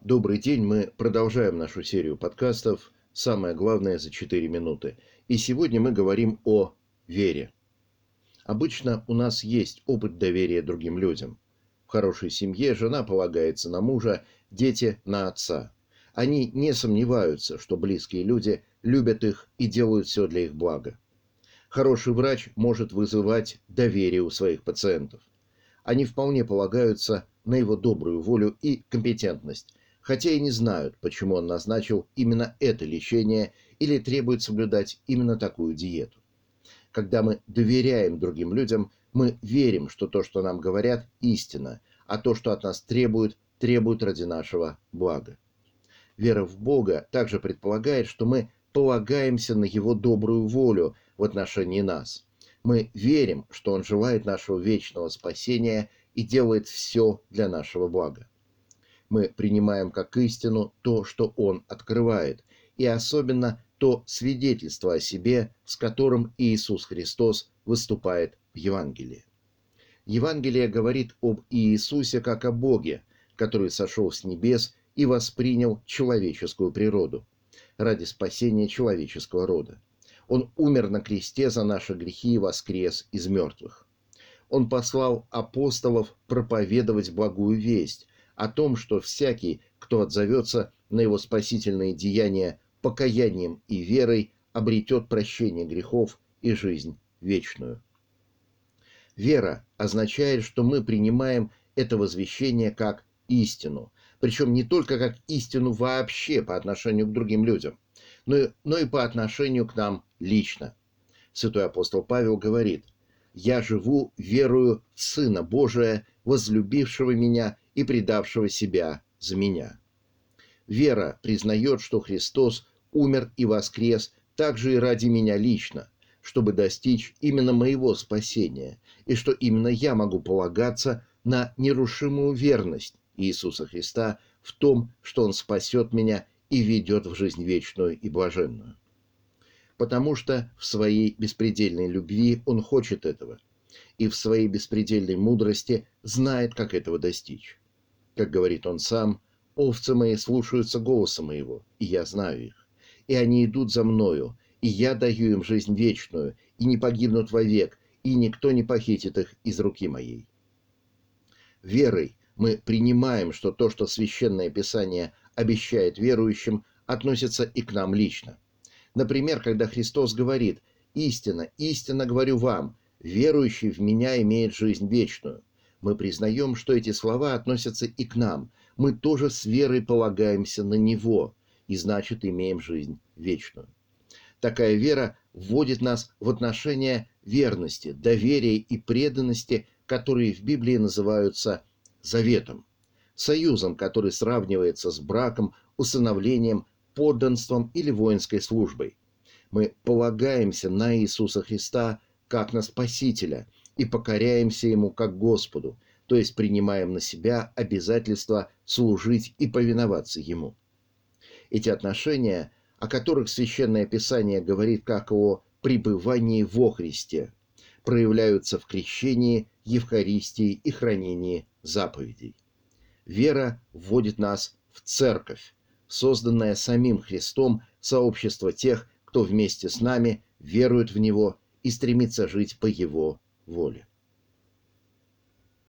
Добрый день, мы продолжаем нашу серию подкастов «Самое главное за 4 минуты». И сегодня мы говорим о вере. Обычно у нас есть опыт доверия другим людям. В хорошей семье жена полагается на мужа, дети на отца. Они не сомневаются, что близкие люди любят их и делают все для их блага. Хороший врач может вызывать доверие у своих пациентов. Они вполне полагаются на его добрую волю и компетентность, хотя и не знают, почему он назначил именно это лечение или требует соблюдать именно такую диету. Когда мы доверяем другим людям, мы верим, что то, что нам говорят, истина, а то, что от нас требуют ради нашего блага. Вера в Бога также предполагает, что мы полагаемся на Его добрую волю в отношении нас. Мы верим, что Он желает нашего вечного спасения и делает все для нашего блага. Мы принимаем как истину то, что Он открывает, и особенно то свидетельство о себе, с которым Иисус Христос выступает в Евангелии. Евангелие говорит об Иисусе как о Боге, который сошел с небес и воспринял человеческую природу ради спасения человеческого рода. Он умер на кресте за наши грехи и воскрес из мертвых. Он послал апостолов проповедовать благую весть о том, что всякий, кто отзовется на его спасительные деяния покаянием и верой, обретет прощение грехов и жизнь вечную. Вера означает, что мы принимаем это возвещение как истину, причем не только как истину вообще по отношению к другим людям, но и по отношению к нам лично. Святой апостол Павел говорит: «Я живу верою в Сына Божия, возлюбившего меня и предавшего себя за меня». Вера признает, что Христос умер и воскрес также и ради меня лично, чтобы достичь именно моего спасения, и что именно я могу полагаться на нерушимую верность Иисуса Христа в том, что Он спасет меня и ведет в жизнь вечную и блаженную. Потому что в своей беспредельной любви Он хочет этого, и в своей беспредельной мудрости знает, как этого достичь. Как говорит Он сам: «Овцы мои слушаются голоса моего, и я знаю их, и они идут за мною, и я даю им жизнь вечную, и не погибнут вовек, и никто не похитит их из руки моей». Верой мы принимаем, что то, что Священное Писание обещает верующим, относится и к нам лично. Например, когда Христос говорит: «Истинно, истинно говорю вам, верующий в Меня имеет жизнь вечную». Мы признаем, что эти слова относятся и к нам. Мы тоже с верой полагаемся на Него, и значит имеем жизнь вечную. Такая вера вводит нас в отношения верности, доверия и преданности, которые в Библии называются заветом, союзом, который сравнивается с браком, усыновлением, подданством или воинской службой. Мы полагаемся на Иисуса Христа как на Спасителя и покоряемся Ему как Господу, то есть принимаем на себя обязательство служить и повиноваться Ему. Эти отношения, о которых Священное Писание говорит как о пребывании во Христе, проявляются в крещении, Евхаристии и хранении заповедей. Вера вводит нас в церковь, созданное самим Христом сообщество тех, кто вместе с нами верует в Него и стремится жить по Его воле.